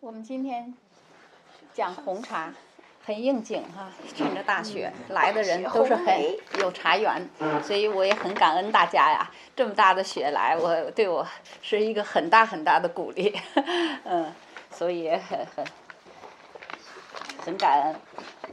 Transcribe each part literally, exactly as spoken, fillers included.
我们今天讲红茶，很应景哈、啊，趁着大雪来的人都是很有茶缘，所以我也很感恩大家呀。这么大的雪来，我对我是一个很大很大的鼓励，嗯，所以很很很感恩。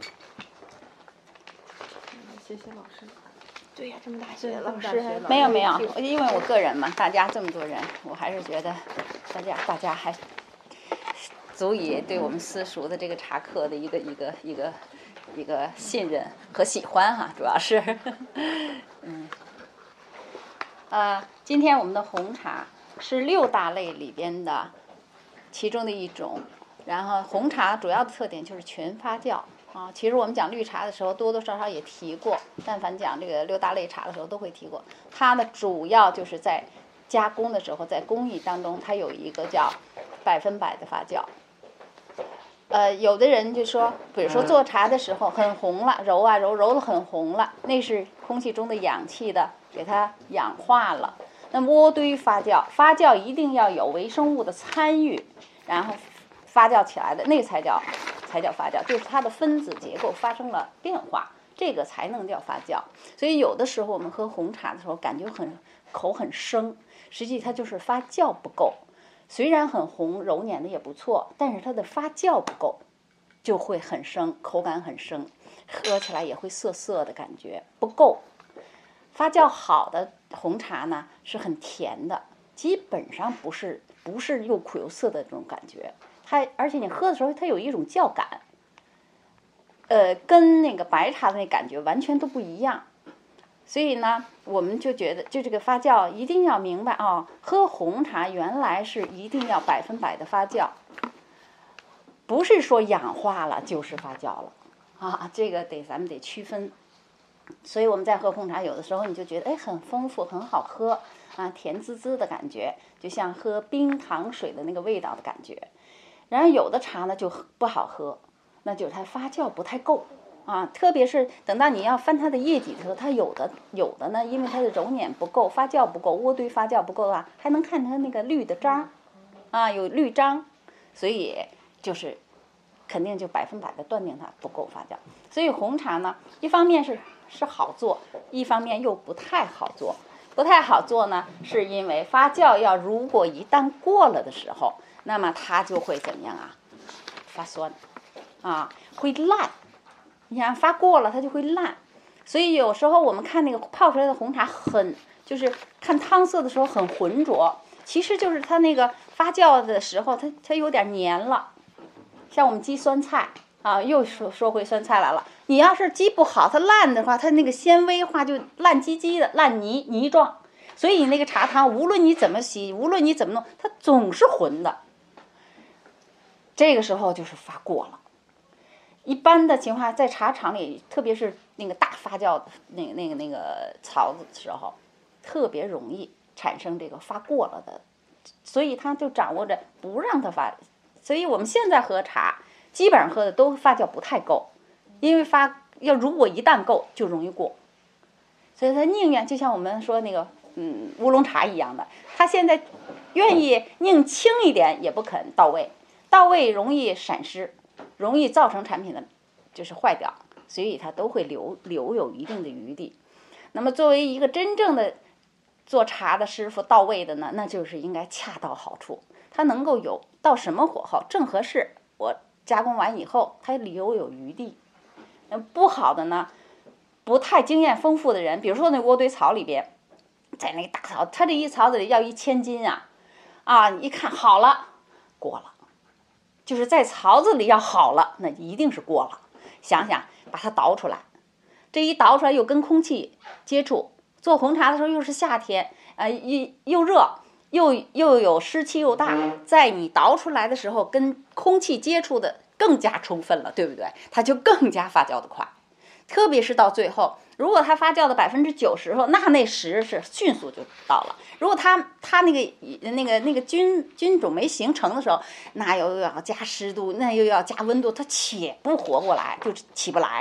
谢谢老师。 对呀，这么大雪，老师师没有没有，因为我个人嘛，大家这么多人，我还是觉得大家大家还足以对我们私塾的这个茶课的一个一个一个一个信任和喜欢哈、啊，主要是，嗯，呃，今天我们的红茶是六大类里边的其中的一种，然后红茶主要的特点就是全发酵。啊，其实我们讲绿茶的时候多多少少也提过，但凡讲这个六大类茶的时候都会提过。它呢主要就是在加工的时候，在工艺当中，它有一个叫百分百的发酵。呃，有的人就说，比如说做茶的时候很红了，揉啊揉，揉得很红了，那是空气中的氧气的给它氧化了。那么渥堆发酵，发酵一定要有微生物的参与，然后发酵起来的，那才叫。才叫发酵，就是它的分子结构发生了变化，这个才能叫发酵。所以有的时候我们喝红茶的时候，感觉很口很生，实际它就是发酵不够。虽然很红，揉捻的也不错，但是它的发酵不够，就会很生，口感很生，喝起来也会涩涩的感觉不够。发酵好的红茶呢是很甜的，基本上不是不是又苦又涩的这种感觉。它而且你喝的时候，它有一种酵感，呃，跟那个白茶的那感觉完全都不一样。所以呢，我们就觉得，就这个发酵一定要明白啊、哦，喝红茶原来是一定要百分百的发酵，不是说氧化了就是发酵了啊，这个得咱们得区分。所以我们在喝红茶，有的时候你就觉得哎很丰富，很好喝啊，甜滋滋的感觉，就像喝冰糖水的那个味道的感觉。然后有的茶呢就不好喝，那就是它发酵不太够啊，特别是等到你要翻它的叶底的时候，它有的有的呢，因为它的揉捻不够，发酵不够，渥堆发酵不够的话，还能看它那个绿的渣啊，有绿渣，所以就是肯定就百分百的断定它不够发酵。所以红茶呢，一方面是是好做，一方面又不太好做。不太好做呢，是因为发酵要如果一旦过了的时候。那么它就会怎么样啊？发酸，啊，会烂。你看发过了，它就会烂。所以有时候我们看那个泡出来的红茶很，就是看汤色的时候很浑浊，其实就是它那个发酵的时候，它它有点黏了。像我们鸡酸菜啊，又说说回酸菜来了。你要是鸡不好，它烂的话，它那个纤维化就烂唧唧的，烂泥泥状。所以那个茶汤，无论你怎么洗，无论你怎么弄，它总是浑的。这个时候就是发过了。一般的情况，在茶厂里，特别是那个大发酵的那个那个那个槽子的时候，特别容易产生这个发过了的，所以他就掌握着不让它发。所以我们现在喝茶，基本上喝的都发酵不太够，因为发要如果一旦够，就容易过。所以他宁愿就像我们说那个嗯乌龙茶一样的，他现在愿意宁轻一点也不肯到位。到位容易闪失，容易造成产品的就是坏掉，所以它都会留留有一定的余地。那么作为一个真正的做茶的师傅，到位的呢，那就是应该恰到好处，它能够有到什么火候正合适，我加工完以后它留有余地。不好的呢，不太经验丰富的人，比如说那渥堆槽里边，在那个大槽，它这一槽子里要一千斤啊，啊，一看好了，过了。就是在槽子里要好了，那一定是过了。想想把它倒出来，这一倒出来又跟空气接触，做红茶的时候又是夏天，呃，又又热，又又有湿气又大，在你倒出来的时候跟空气接触的更加充分了，对不对？它就更加发酵的快。特别是到最后，如果它发酵的百分之九十后，那那十是迅速就到了。如果它它那个那个那个菌菌种没形成的时候，那又要加湿度，那又要加温度，它起不活过来，就起不来。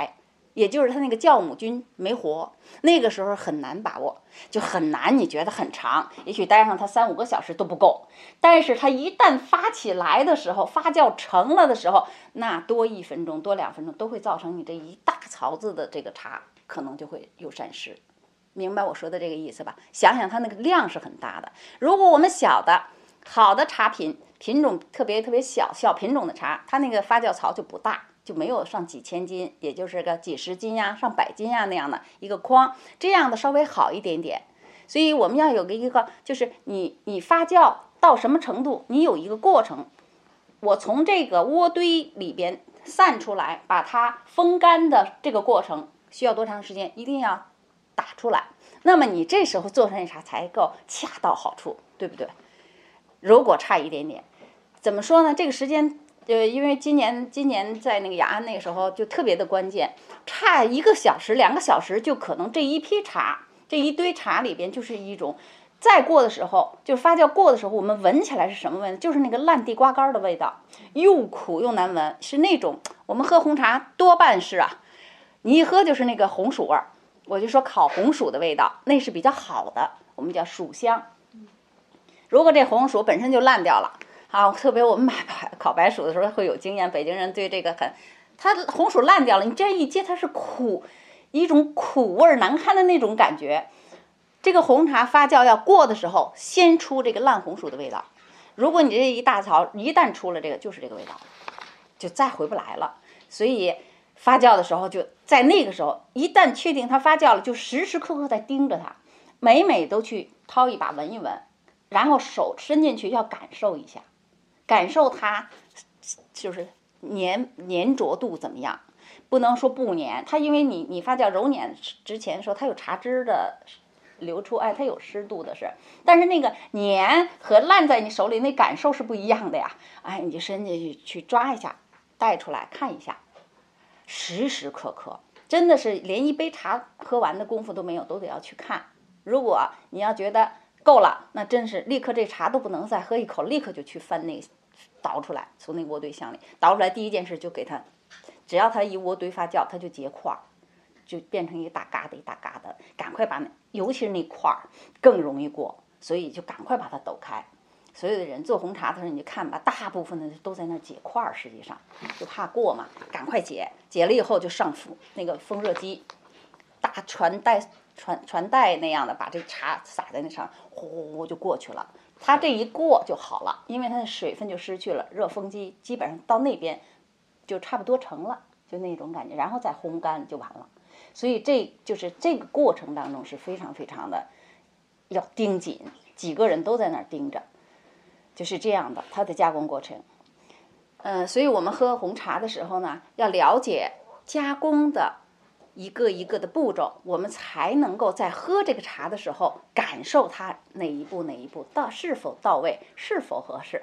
也就是它那个酵母菌没活，那个时候很难把握，就很难，你觉得很长，也许待上它三五个小时都不够。但是它一旦发起来的时候，发酵成了的时候，那多一分钟、多两分钟都会造成你这一大槽子的这个茶可能就会有闪失。明白我说的这个意思吧？想想它那个量是很大的。如果我们小的好的茶品品种特别特别小小品种的茶，它那个发酵槽就不大。就没有上几千斤，也就是个几十斤呀、上百斤呀那样的一个筐，这样的稍微好一点点。所以我们要有个一个，就是你你发酵到什么程度，你有一个过程。我从这个渥堆里边散出来，把它风干的这个过程需要多长时间？一定要打出来。那么你这时候做出来茶才够恰到好处，对不对？如果差一点点，怎么说呢？这个时间。呃，因为今年今年在那个雅安那个时候就特别的关键，差一个小时两个小时就可能这一批茶这一堆茶里边就是一种，再过的时候就是发酵过的时候，我们闻起来是什么味？就是那个烂地瓜干的味道，又苦又难闻，是那种我们喝红茶多半是啊，你一喝就是那个红薯味儿，我就说烤红薯的味道，那是比较好的，我们叫薯香。如果这红薯本身就烂掉了。啊，特别我们买白烤白薯的时候会有经验，北京人对这个很，它红薯烂掉了，你这样一接它是苦，一种苦味难堪的那种感觉。这个红茶发酵要过的时候，先出这个烂红薯的味道。如果你这一大槽一旦出了这个，就是这个味道，就再回不来了。所以发酵的时候就在那个时候，一旦确定它发酵了，就时时刻刻在盯着它，每每都去掏一把闻一闻，然后手伸进去要感受一下。感受它就是粘粘着度怎么样，不能说不粘，它因为你你发酵揉捻之前说它有茶汁的流出，哎，它有湿度的是，但是那个粘和烂在你手里那感受是不一样的呀，哎，你就伸进去去抓一下，带出来看一下，时时刻刻真的是连一杯茶喝完的功夫都没有，都得要去看。如果你要觉得够了，那真是立刻这茶都不能再喝一口，立刻就去翻那个倒出来，从那渥堆箱里倒出来，第一件事就给它，只要它一渥堆发酵，它就结块儿，就变成一个大疙瘩一大疙瘩，赶快把那，尤其是那块儿更容易过，所以就赶快把它抖开。所有的人做红茶的时候，你就看吧，大部分的都在那解块儿，实际上就怕过嘛，赶快解，解了以后就上风那个风热机，大传带传传带那样的把这茶洒在那上，呼呼就过去了。它这一过就好了，因为它的水分就失去了，热风机基本上到那边就差不多成了，就那种感觉，然后再烘干就完了。所以这就是这个过程当中是非常非常的要盯紧，几个人都在那儿盯着，就是这样的它的加工过程。嗯、呃，所以我们喝红茶的时候呢，要了解加工的一个一个的步骤，我们才能够在喝这个茶的时候感受它哪一步哪一步到是否到位，是否合适。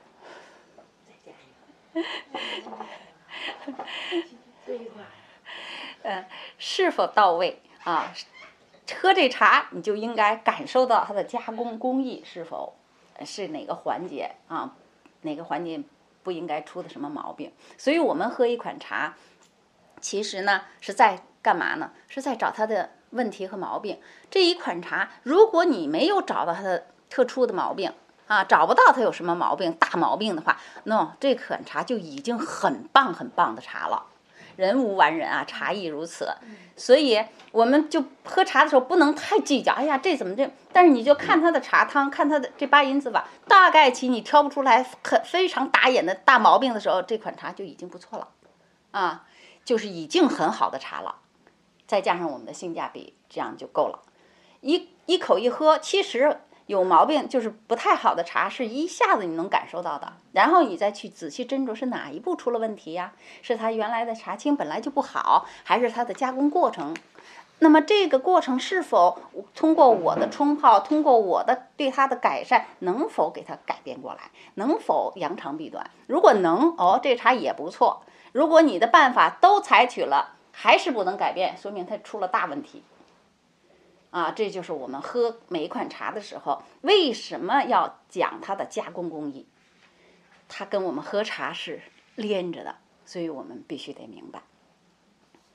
嗯，是否到位啊？喝这茶你就应该感受到它的加工工艺是否是哪个环节啊？哪个环节不应该出的什么毛病？所以我们喝一款茶，其实呢是在干嘛呢？是在找它的问题和毛病。这一款茶，如果你没有找到它的特殊的毛病啊，找不到它有什么毛病、大毛病的话，那这款茶就已经很棒很棒的茶了。人无完人啊，茶亦如此。所以我们就喝茶的时候不能太计较，哎呀，这怎么这？但是你就看它的茶汤，看它的这八音字吧，大概其你挑不出来很非常打眼的大毛病的时候，这款茶就已经不错了，啊，就是已经很好的茶了。再加上我们的性价比，这样就够了。一一口一喝，其实有毛病就是不太好的茶，是一下子你能感受到的。然后你再去仔细斟酌是哪一步出了问题呀？是它原来的茶青本来就不好，还是它的加工过程？那么这个过程是否通过我的冲泡，通过我的对它的改善，能否给它改变过来？能否扬长避短？如果能，哦，这茶也不错。如果你的办法都采取了，还是不能改变，说明它出了大问题。啊，这就是我们喝每一款茶的时候，为什么要讲它的加工工艺？它跟我们喝茶是连着的，所以我们必须得明白。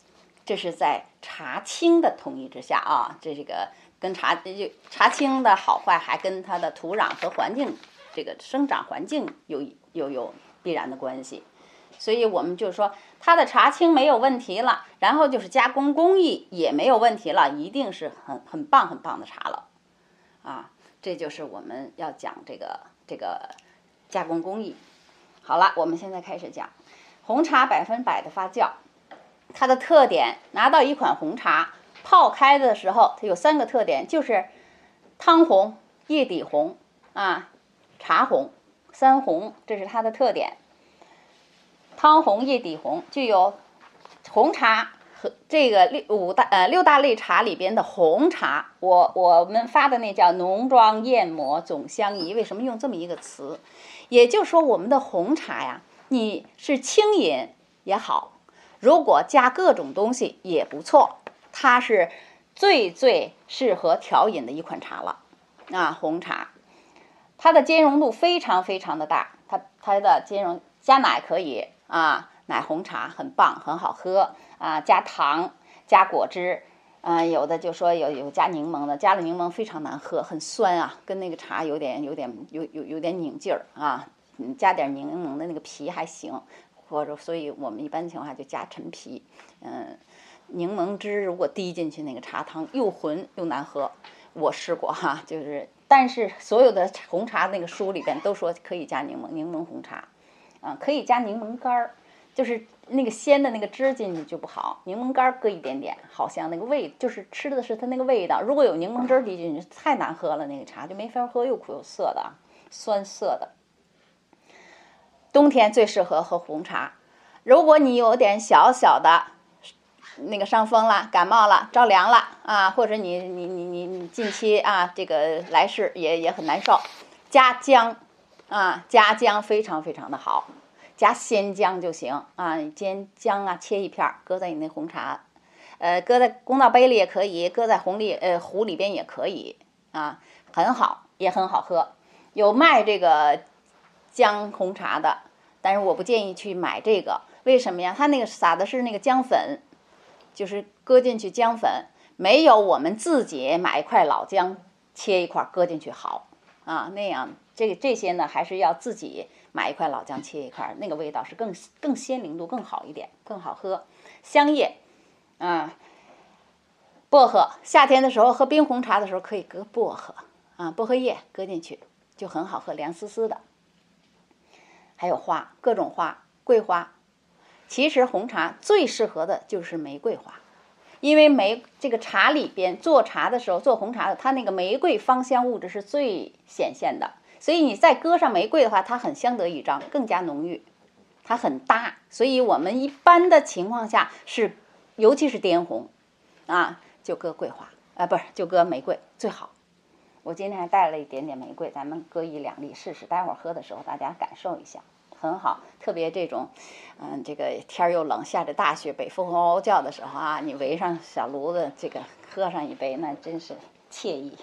这是在茶青的统一之下啊，这这个跟茶茶青的好坏还跟它的土壤和环境这个生长环境有有有必然的关系。所以我们就说它的茶青没有问题了，然后就是加工工艺也没有问题了，一定是很很棒很棒的茶了啊！这就是我们要讲这个这个加工工艺。好了，我们现在开始讲红茶百分百的发酵，它的特点，拿到一款红茶泡开的时候，它有三个特点，就是汤红、叶底红啊、茶红、三红，这是它的特点。汤红叶底红，具有红茶和这个六五大呃六大类茶里边的红茶，我我们发的那叫浓妆艳抹总相宜。为什么用这么一个词？也就是说，我们的红茶呀，你是清饮也好，如果加各种东西也不错，它是最最适合调饮的一款茶了啊！红茶，它的兼容度非常非常的大，它它的兼容加奶可以。啊，奶红茶很棒，很好喝啊！加糖，加果汁，啊，有的就说有有加柠檬的，加了柠檬非常难喝，很酸啊，跟那个茶有点有点有有有点拧劲儿啊。嗯，加点柠檬的那个皮还行，或者所以我们一般情况下就加陈皮。嗯，柠檬汁如果滴进去，那个茶汤又浑又难喝。我试过哈，就是但是所有的红茶那个书里边都说可以加柠檬，柠檬红茶。啊，可以加柠檬干儿，就是那个鲜的那个汁进去就不好，柠檬干儿搁一点点，好像那个味就是吃的是它那个味道。如果有柠檬汁滴进去，太难喝了，那个茶就没法喝，又苦又涩的，酸涩的。冬天最适合喝红茶，如果你有点小小的那个伤风了、感冒了、着凉了啊，或者你你你你你近期啊这个来世也也很难受，加姜。啊，加姜非常非常的好，加鲜姜就行啊。煎姜啊，切一片，搁在你那红茶，呃，搁在公道杯里也可以，搁在红里呃壶里边也可以啊，很好，也很好喝。有卖这个姜红茶的，但是我不建议去买这个，为什么呀？它那个撒的是那个姜粉，就是搁进去姜粉，没有我们自己买一块老姜切一块搁进去好啊，那样。这这些呢，还是要自己买一块老姜切一块，那个味道是更更鲜灵度更好一点，更好喝。香叶，啊，薄荷，夏天的时候喝冰红茶的时候可以搁薄荷啊，薄荷叶搁进去就很好喝，凉丝丝的。还有花，各种花，桂花。其实红茶最适合的就是玫瑰花，因为玫这个茶里边做茶的时候，做红茶的，它那个玫瑰芳香物质是最显现的。所以你再搁上玫瑰的话，它很相得益彰，更加浓郁，它很搭。所以我们一般的情况下是，尤其是滇红，啊，就搁桂花，啊，不是就搁玫瑰最好。我今天还带了一点点玫瑰，咱们搁一两粒试试，待会儿喝的时候大家感受一下，很好。特别这种，嗯，这个天又冷，下着大雪，北风嗷嗷叫的时候啊，你围上小炉子，这个喝上一杯，那真是惬意。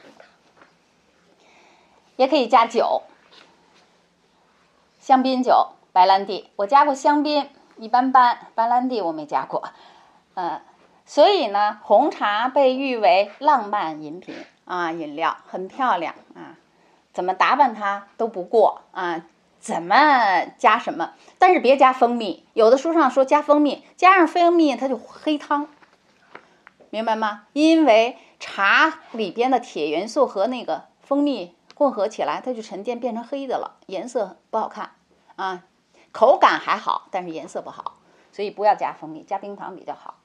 也可以加酒，香槟酒、白兰地，我加过香槟，一般般，白兰地我没加过，嗯，所以呢，红茶被誉为浪漫饮品啊，饮料很漂亮啊，怎么打扮它都不过啊，怎么加什么，但是别加蜂蜜，有的书上说加蜂蜜，加上蜂蜜它就黑汤，明白吗？因为茶里边的铁元素和那个蜂蜜混合起来，它就沉淀变成黑的了，颜色不好看啊，口感还好，但是颜色不好，所以不要加蜂蜜，加冰糖比较好。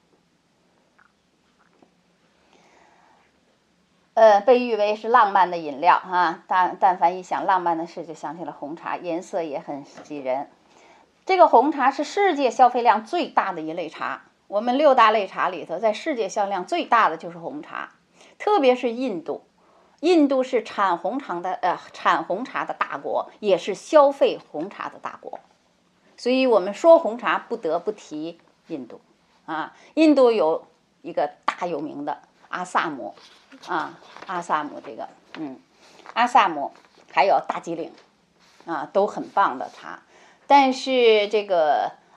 呃，被誉为是浪漫的饮料啊，但但凡一想浪漫的事，就想起了红茶，颜色也很吸人。这个红茶是世界消费量最大的一类茶，我们六大类茶里头，在世界销量最大的就是红茶，特别是印度。印度是产红茶的呃产红茶的大国，也是消费红茶的大国，所以我们说红茶不得不提印度啊。印度有一个大有名的阿萨姆啊，阿萨姆这个嗯，阿萨姆还有大吉岭啊，都很棒的茶。但是这个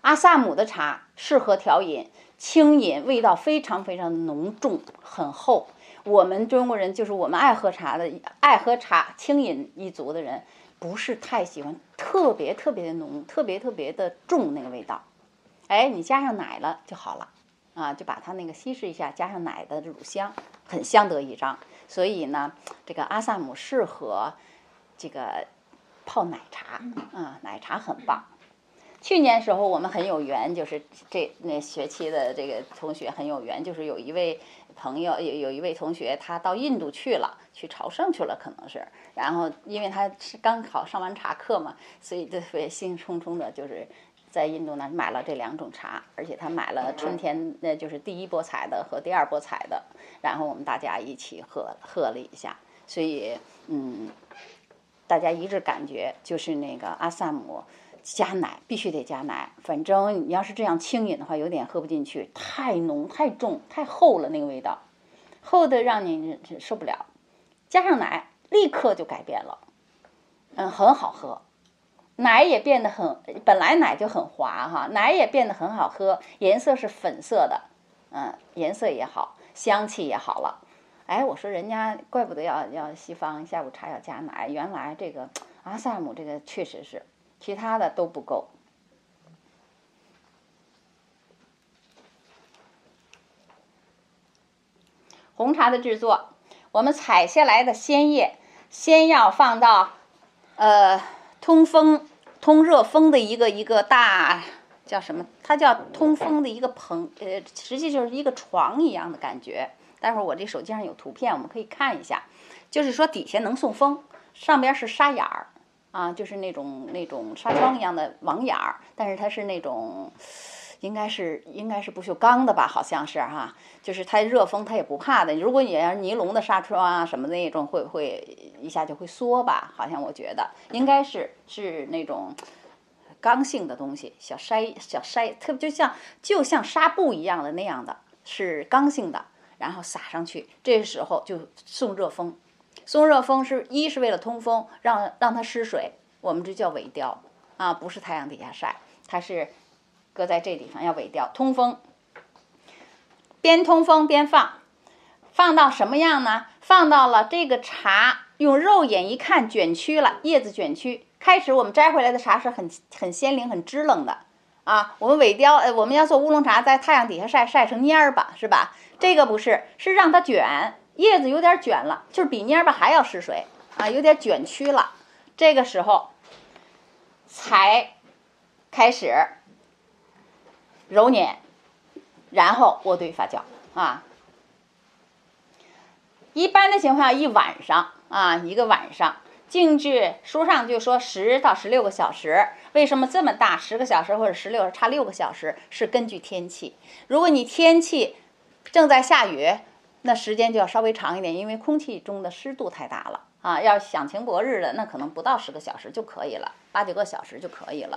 阿萨姆的茶适合调饮，轻饮，味道非常非常浓重，很厚。我们中国人就是我们爱喝茶的，爱喝茶轻饮一族的人，不是太喜欢特别特别的浓，特别特别的重那个味道。哎，你加上奶了就好了啊，就把它那个稀释一下，加上奶的乳香，很相得益彰。所以呢，这个阿萨姆适合这个泡奶茶啊，奶茶很棒。去年时候我们很有缘，就是这那学期的这个同学很有缘，就是有一位朋友有有一位同学他到印度去了，去朝圣去了可能是，然后因为他是刚好上完茶课嘛，所以特别兴冲冲的，就是在印度呢买了这两种茶，而且他买了春天那就是第一波采的和第二波采的，然后我们大家一起喝喝了一下，所以嗯，大家一致感觉就是那个阿萨姆。加奶必须得加奶，反正你要是这样轻饮的话，有点喝不进去，太浓、太重、太厚了，那个味道，厚的让你受不了。加上奶，立刻就改变了，嗯，很好喝，奶也变得很，本来奶就很滑哈，奶也变得很好喝，颜色是粉色的，嗯，颜色也好，香气也好了。哎，我说人家怪不得要要西方下午茶要加奶，原来这个阿萨姆这个确实是。其他的都不够。红茶的制作，我们采下来的鲜叶，先要放到呃通风、通热风的一个一个大叫什么？它叫通风的一个棚，呃，实际就是一个床一样的感觉。待会儿我这手机上有图片，我们可以看一下。就是说底下能送风，上边是沙眼儿。啊，就是那种那种纱窗一样的网眼儿，但是它是那种，应该是应该是不锈钢的吧，好像是哈、啊，就是它热风它也不怕的。如果你要是尼龙的纱窗啊什么的那种，会不会一下就会缩吧？好像我觉得应该是是那种刚性的东西，小筛小筛，特别就像就像纱布一样的那样的，是刚性的，然后撒上去，这时候就送热风。送热风是一是为了通风，让让它湿水，我们这叫萎凋啊，不是太阳底下晒，它是搁在这地方要萎凋通风。边通风边放，放到什么样呢？放到了这个茶用肉眼一看卷曲了，叶子卷曲。开始我们摘回来的茶是很很鲜灵、很支棱的啊。我们萎凋，呃，我们要做乌龙茶，在太阳底下晒晒成蔫儿吧，是吧？这个不是，是让它卷。叶子有点卷了，就是比蔫巴还要失水啊，有点卷曲了。这个时候才开始揉捻，然后渥堆发酵啊。一般的情况下，一晚上啊，一个晚上。静置书上就说十到十六个小时，为什么这么大？十个小时或者十六差六个小时，是根据天气。如果你天气正在下雨，那时间就要稍微长一点，因为空气中的湿度太大了啊。要享晴博日的，那可能不到十个小时就可以了，八九个小时就可以了。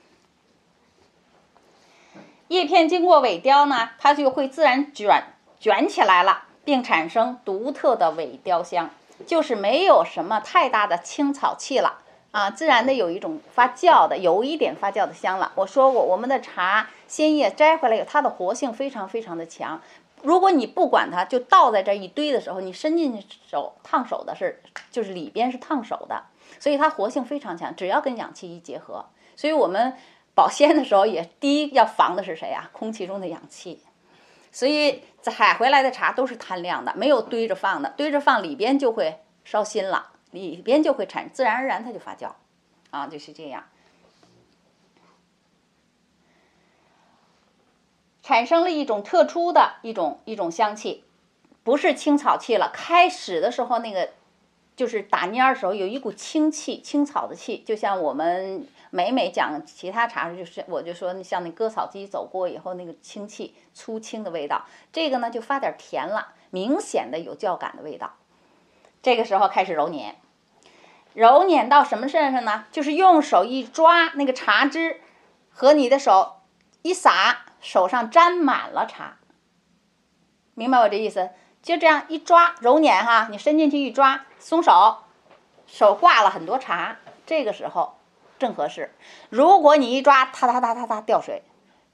叶片经过萎凋呢，它就会自然卷卷起来了，并产生独特的萎凋香，就是没有什么太大的青草气了啊，自然的有一种发酵的，有一点发酵的香了。我说过，我们的茶鲜叶摘回来，它的活性非常非常的强。如果你不管它，就倒在这一堆的时候，你伸进去手烫手的是，就是里边是烫手的，所以它活性非常强，只要跟氧气一结合。所以我们保鲜的时候也第一要防的是谁啊？空气中的氧气。所以采回来的茶都是摊晾的，没有堆着放的，堆着放里边就会烧心了，里边就会产自然而然它就发酵，啊，就是这样。产生了一种特殊的一种一种香气，不是青草气了。开始的时候那个就是打蔫儿的时候有一股青气，青草的气，就像我们每每讲其他茶，就是我就说像那割草机走过以后那个青气，粗青的味道。这个呢就发点甜了，明显的有酵感的味道。这个时候开始揉捻，揉捻到什么身上呢？就是用手一抓那个茶汁，和你的手一撒。手上沾满了茶，明白我这意思？就这样一抓揉捻哈，你伸进去一抓，松手，手挂了很多茶，这个时候正合适。如果你一抓，哒哒哒哒哒掉水，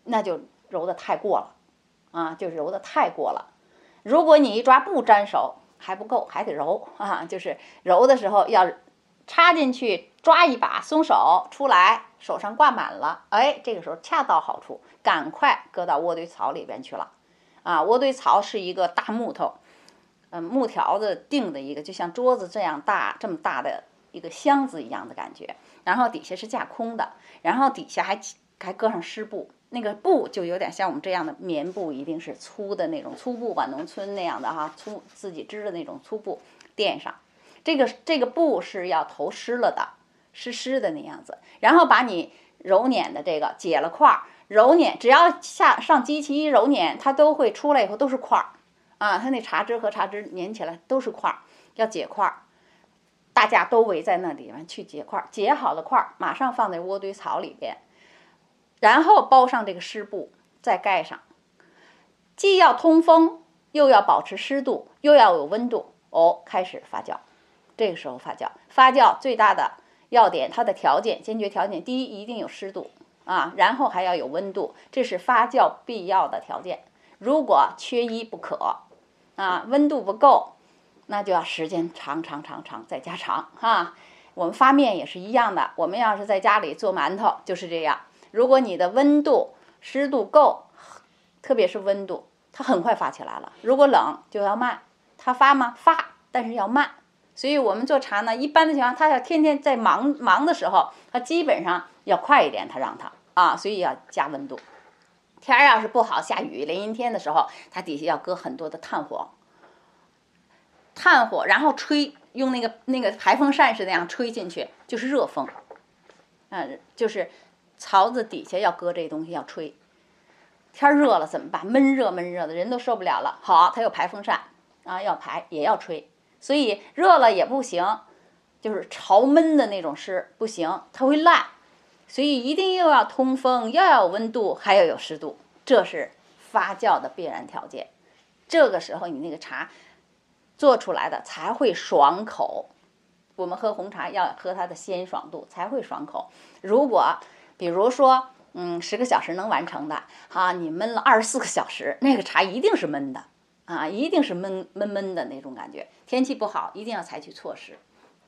那就揉的太过了，啊，就揉的太过了。如果你一抓不沾手还不够，还得揉啊，就是揉的时候要插进去，抓一把，松手出来，手上挂满了，哎，这个时候恰到好处，赶快搁到窝堆草里边去了。啊，窝堆草是一个大木头，嗯，木条子定的一个，就像桌子这样大，这么大的一个箱子一样的感觉。然后底下是架空的，然后底下还还搁上湿布，那个布就有点像我们这样的棉布，一定是粗的那种粗布吧，农村那样的哈，粗自己织的那种粗布垫上。这个这个布是要投湿了的，湿湿的那样子。然后把你揉捻的这个解了块，揉捻，只要下上机器一揉捻，它都会出来以后都是块儿啊，它那茶枝和茶枝粘起来都是块儿，要解块儿。大家都围在那里面去解块，解好了块马上放在窝堆草里边，然后包上这个湿布，再盖上，既要通风，又要保持湿度，又要有温度。哦，开始发酵。这个时候发酵，发酵最大的要点，它的条件，坚决条件，第一一定有湿度啊，然后还要有温度，这是发酵必要的条件。如果缺一不可啊，温度不够，那就要时间长长长长再加长哈。我们发面也是一样的，我们要是在家里做馒头就是这样。如果你的温度湿度够，特别是温度，它很快发起来了。如果冷就要慢，它发吗？发，但是要慢。所以我们做茶呢，一般的情况，它要天天在忙忙的时候，它基本上要快一点，它让它啊，所以要加温度。天儿要是不好，下雨连阴天的时候，它底下要搁很多的炭火。炭火，然后吹，用那个那个排风扇是那样吹进去，就是热风，嗯，就是槽子底下要搁这东西要吹。天热了怎么办？闷热闷热的，人都受不了了。好，它有排风扇啊，要排也要吹，所以热了也不行，就是潮闷的那种湿不行，它会烂。所以一定又要通风，又要有温度，还要有湿度，这是发酵的必然条件。这个时候你那个茶做出来的才会爽口。我们喝红茶要喝它的鲜爽度才会爽口。如果比如说嗯十个小时能完成的啊，你焖了二十四个小时，那个茶一定是闷的啊，一定是闷闷闷的那种感觉。天气不好一定要采取措施，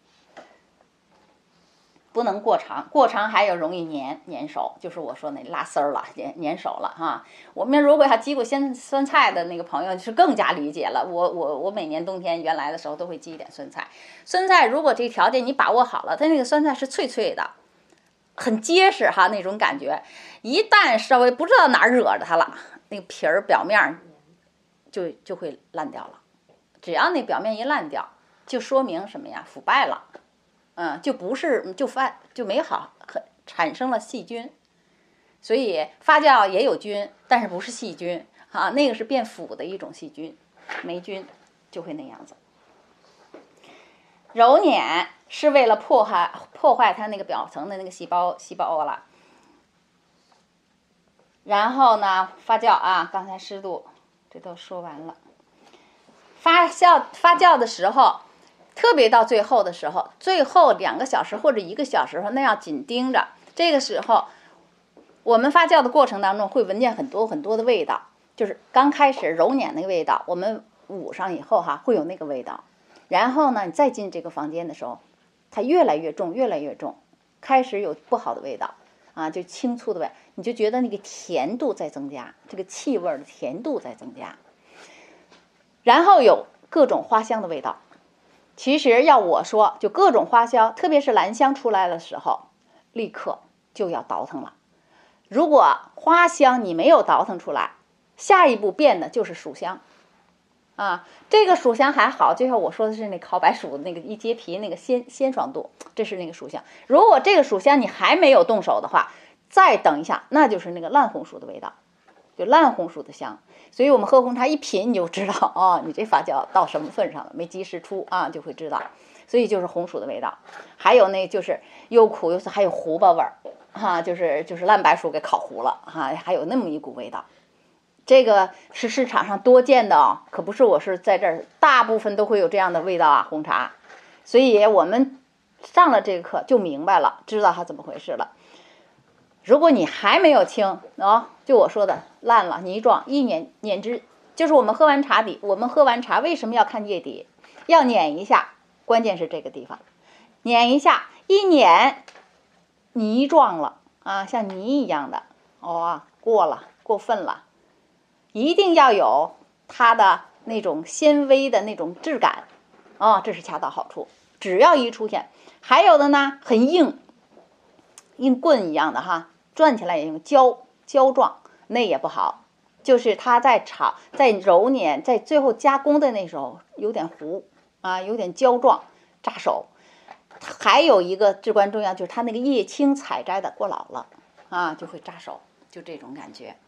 不能过长，过长还有容易粘粘手，就是我说那拉丝儿了，粘粘手了哈。我们如果要积过鲜酸菜的那个朋友是更加理解了。我我我每年冬天原来的时候都会积一点酸菜。酸菜如果这个条件你把握好了，它那个酸菜是脆脆的，很结实哈那种感觉。一旦稍微不知道哪儿惹着它了，那个皮儿表面就就会烂掉了。只要那表面一烂掉，就说明什么呀？腐败了。嗯，就不是就发就没好，产生了细菌，所以发酵也有菌，但是不是细菌啊，那个是变腐的一种细菌，霉菌就会那样子。揉捻是为了破坏破坏它那个表层的那个细胞细胞了，然后呢发酵啊，刚才湿度这都说完了，发酵发酵的时候。特别到最后的时候，最后两个小时或者一个小时，那要紧盯着。这个时候，我们发酵的过程当中会闻见很多很多的味道，就是刚开始揉捻那个味道，我们捂上以后哈会有那个味道。然后呢，你再进这个房间的时候，它越来越重，越来越重，开始有不好的味道啊，就清粗的味，你就觉得那个甜度在增加，这个气味的甜度在增加。然后有各种花香的味道。其实要我说，就各种花香，特别是兰香出来的时候，立刻就要倒腾了。如果花香你没有倒腾出来，下一步变的就是薯香啊。这个薯香还好，就像我说的是那烤白薯的那个一揭皮那个鲜鲜爽度，这是那个薯香。如果这个薯香你还没有动手的话，再等一下，那就是那个烂红薯的味道，就烂红薯的香。所以我们喝红茶一品你就知道哦，你这发酵到什么份上了，没及时出啊，就会知道。所以就是红薯的味道，还有那就是又苦又还有糊巴味儿哈，就是就是烂白薯给烤糊了哈，还有那么一股味道。这个是市场上多见的哦，可不是我是在这儿，大部分都会有这样的味道啊，红茶。所以我们上了这个课就明白了，知道它怎么回事了。 如果你还没有清哦，就我说的烂了泥状，一碾碾之，就是我们喝完茶底，我们喝完茶为什么要看叶底？要碾一下，关键是这个地方，碾一下，一碾泥状了啊，像泥一样的哦，过了过分了，一定要有它的那种纤维的那种质感哦，这是恰到好处。只要一出现，还有的呢很硬，硬棍一样的哈。转起来也用胶胶状，那也不好，就是它在炒、在揉捻、在最后加工的那时候有点糊啊，有点胶状，扎手。还有一个至关重要，就是它那个叶青采摘的过老了啊，就会扎手，就这种感觉。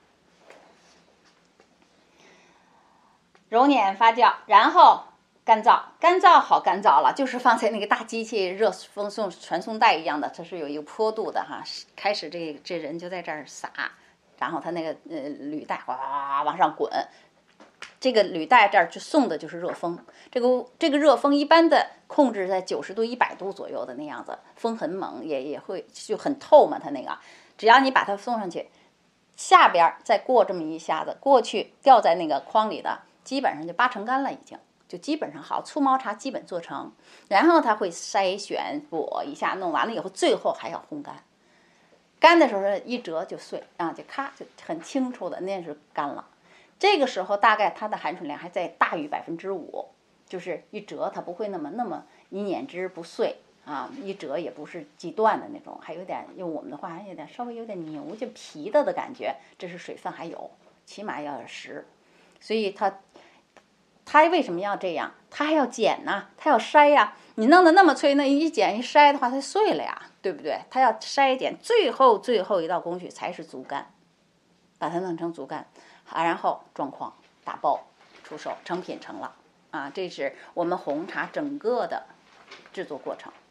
揉捻发酵，然后干燥，干燥好干燥了，就是放在那个大机器热风送传送带一样的，它是有一个坡度的哈。开始这这人就在这儿撒，然后它那个呃履带哗往上滚，这个履带这儿就送的就是热风。这个这个热风一般的控制在九十度、一百度左右的那样子，风很猛，也也会就很透嘛。它那个，只要你把它送上去，下边再过这么一下子，过去掉在那个筐里的，基本上就八成干了已经。就基本上好，粗毛茶基本做成，然后它会筛选裹一下，弄完了以后，最后还要烘干。干的时候一折就碎啊，就咔就很清楚的，那是干了。这个时候大概它的含水量还在大于百分之五，就是一折它不会那么那么一碾之不碎啊，一折也不是即断的那种，还有点用我们的话还有点稍微有点牛就皮的的感觉，这是水分还有，起码要有十，所以它。它为什么要这样？它还要剪呢，它要筛呀。你弄得那么脆，那一剪一筛的话，它碎了呀，对不对？它要筛剪，最后最后一道工序才是足干，把它弄成足干，啊，然后装筐打包出手，成品成了啊。这是我们红茶整个的制作过程。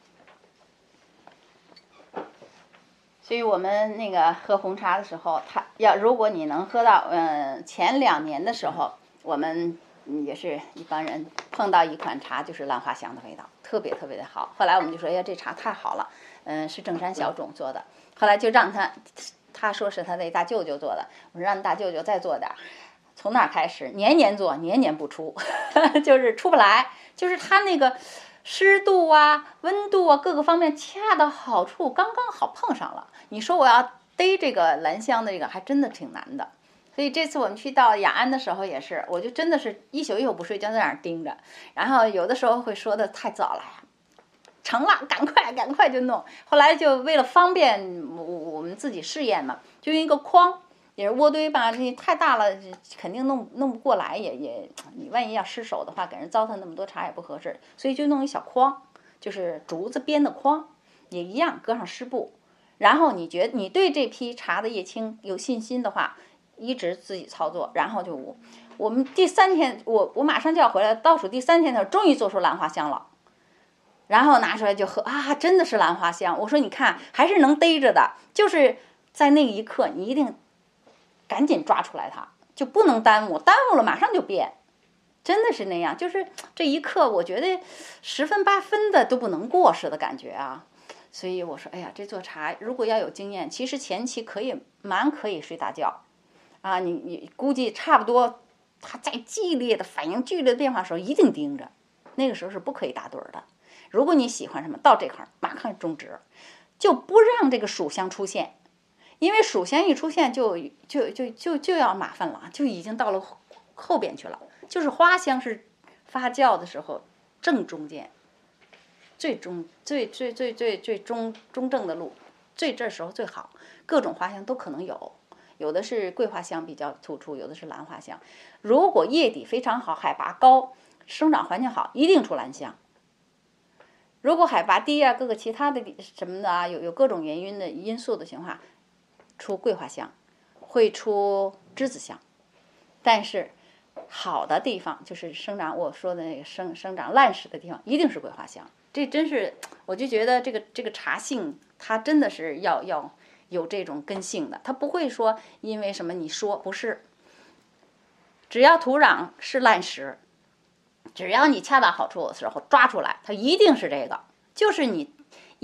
所以我们那个喝红茶的时候，它要如果你能喝到，嗯，前两年的时候，我们。也是一帮人碰到一款茶，就是兰花香的味道，特别特别的好。后来我们就说，哎呀，这茶太好了，嗯，是正山小种做的。后来就让他，他说是他那大舅舅做的，我说让大舅舅再做点。从那开始，年年做，年年不出，就是出不来，就是他那个湿度啊、温度啊各个方面恰到好处，刚刚好碰上了。你说我要逮这个兰香的这个，还真的挺难的。所以这次我们去到雅安的时候也是，我就真的是一宿一宿不睡觉在那儿盯着，然后有的时候会说的太早了，成了，赶快赶快就弄。后来就为了方便我们自己试验嘛，就用一个筐，也是窝堆吧，这太大了，肯定弄弄不过来，也也你万一要失手的话，给人糟蹋那么多茶也不合适，所以就弄一小筐，就是竹子编的筐，也一样搁上湿布。然后你觉得你对这批茶的叶青有信心的话。一直自己操作，然后就我我们第三天，我我马上就要回来，倒数第三天的时候，终于做出兰花香了，然后拿出来就喝啊，真的是兰花香。我说你看，还是能逮着的，就是在那一刻，你一定赶紧抓出来它，就不能耽误，耽误了马上就变，真的是那样，就是这一刻，我觉得十分八分的都不能过似的感觉啊。所以我说，哎呀，这做茶如果要有经验，其实前期可以蛮可以睡大觉。啊，你你估计差不多，它在激烈的反应剧烈的变化的时候，一定盯着，那个时候是不可以打盹的。如果你喜欢什么，到这块儿马上终止，就不让这个属香出现，因为属香一出现就就就就就要麻烦了，就已经到了后边去了。就是花香是发酵的时候正中间，最中最最最最最中中正的路，最这时候最好，各种花香都可能有。有的是桂花香比较突出，有的是兰花香。如果叶底非常好，海拔高，生长环境好，一定出兰香。如果海拔低啊，各个其他的什么的啊，有有各种原因的因素的情况，出桂花香，会出栀子香。但是好的地方就是生长，我说的那个生生长烂石的地方，一定是桂花香。这真是，我就觉得这个这个茶性，它真的是要要。有这种根性的，它不会说因为什么你说不是，只要土壤是烂石，只要你恰到好处的时候抓出来，它一定是这个，就是你一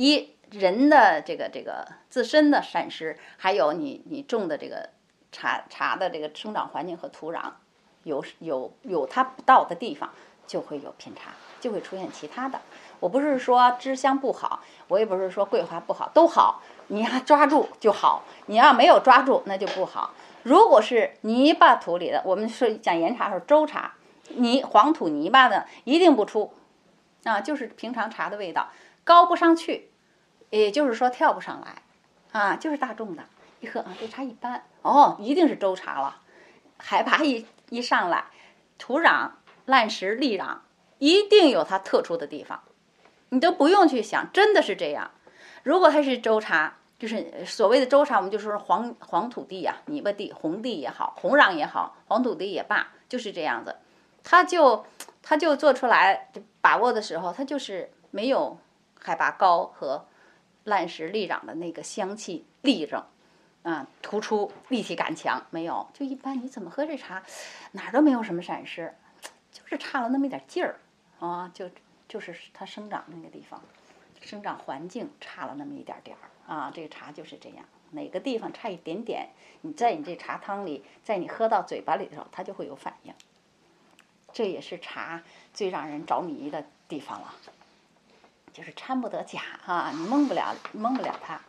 人的这个这个自身的闪失，还有你你种的这个茶茶的这个生长环境和土壤有有有它不到的地方，就会有偏差，就会出现其他的。我不是说芝香不好，我也不是说桂花不好，都好，你要抓住就好，你要没有抓住那就不好。如果是泥巴土里的，我们说讲岩茶是周茶，泥黄土泥巴的一定不出，啊，就是平常茶的味道，高不上去，也就是说跳不上来，啊，就是大众的，一喝啊这茶一般，哦，一定是周茶了。海拔一一上来，土壤烂石砾壤一定有它特殊的地方，你都不用去想，真的是这样。如果它是周茶，就是所谓的周茶，我们就说黄黄土地呀、啊、泥巴地、红地也好，红壤也好，黄土地也罢，就是这样子。它就它就做出来把握的时候，它就是没有海拔高和烂石砾壤的那个香气立正。啊，突出立体感强，没有，就一般。你怎么喝这茶，哪儿都没有什么闪失，就是差了那么一点劲儿啊，就就是它生长那个地方，生长环境差了那么一点点儿啊。这个茶就是这样，哪个地方差一点点，你在你这茶汤里，在你喝到嘴巴里头，它就会有反应。这也是茶最让人着迷的地方了，就是掺不得假啊，你蒙不了，蒙不了它。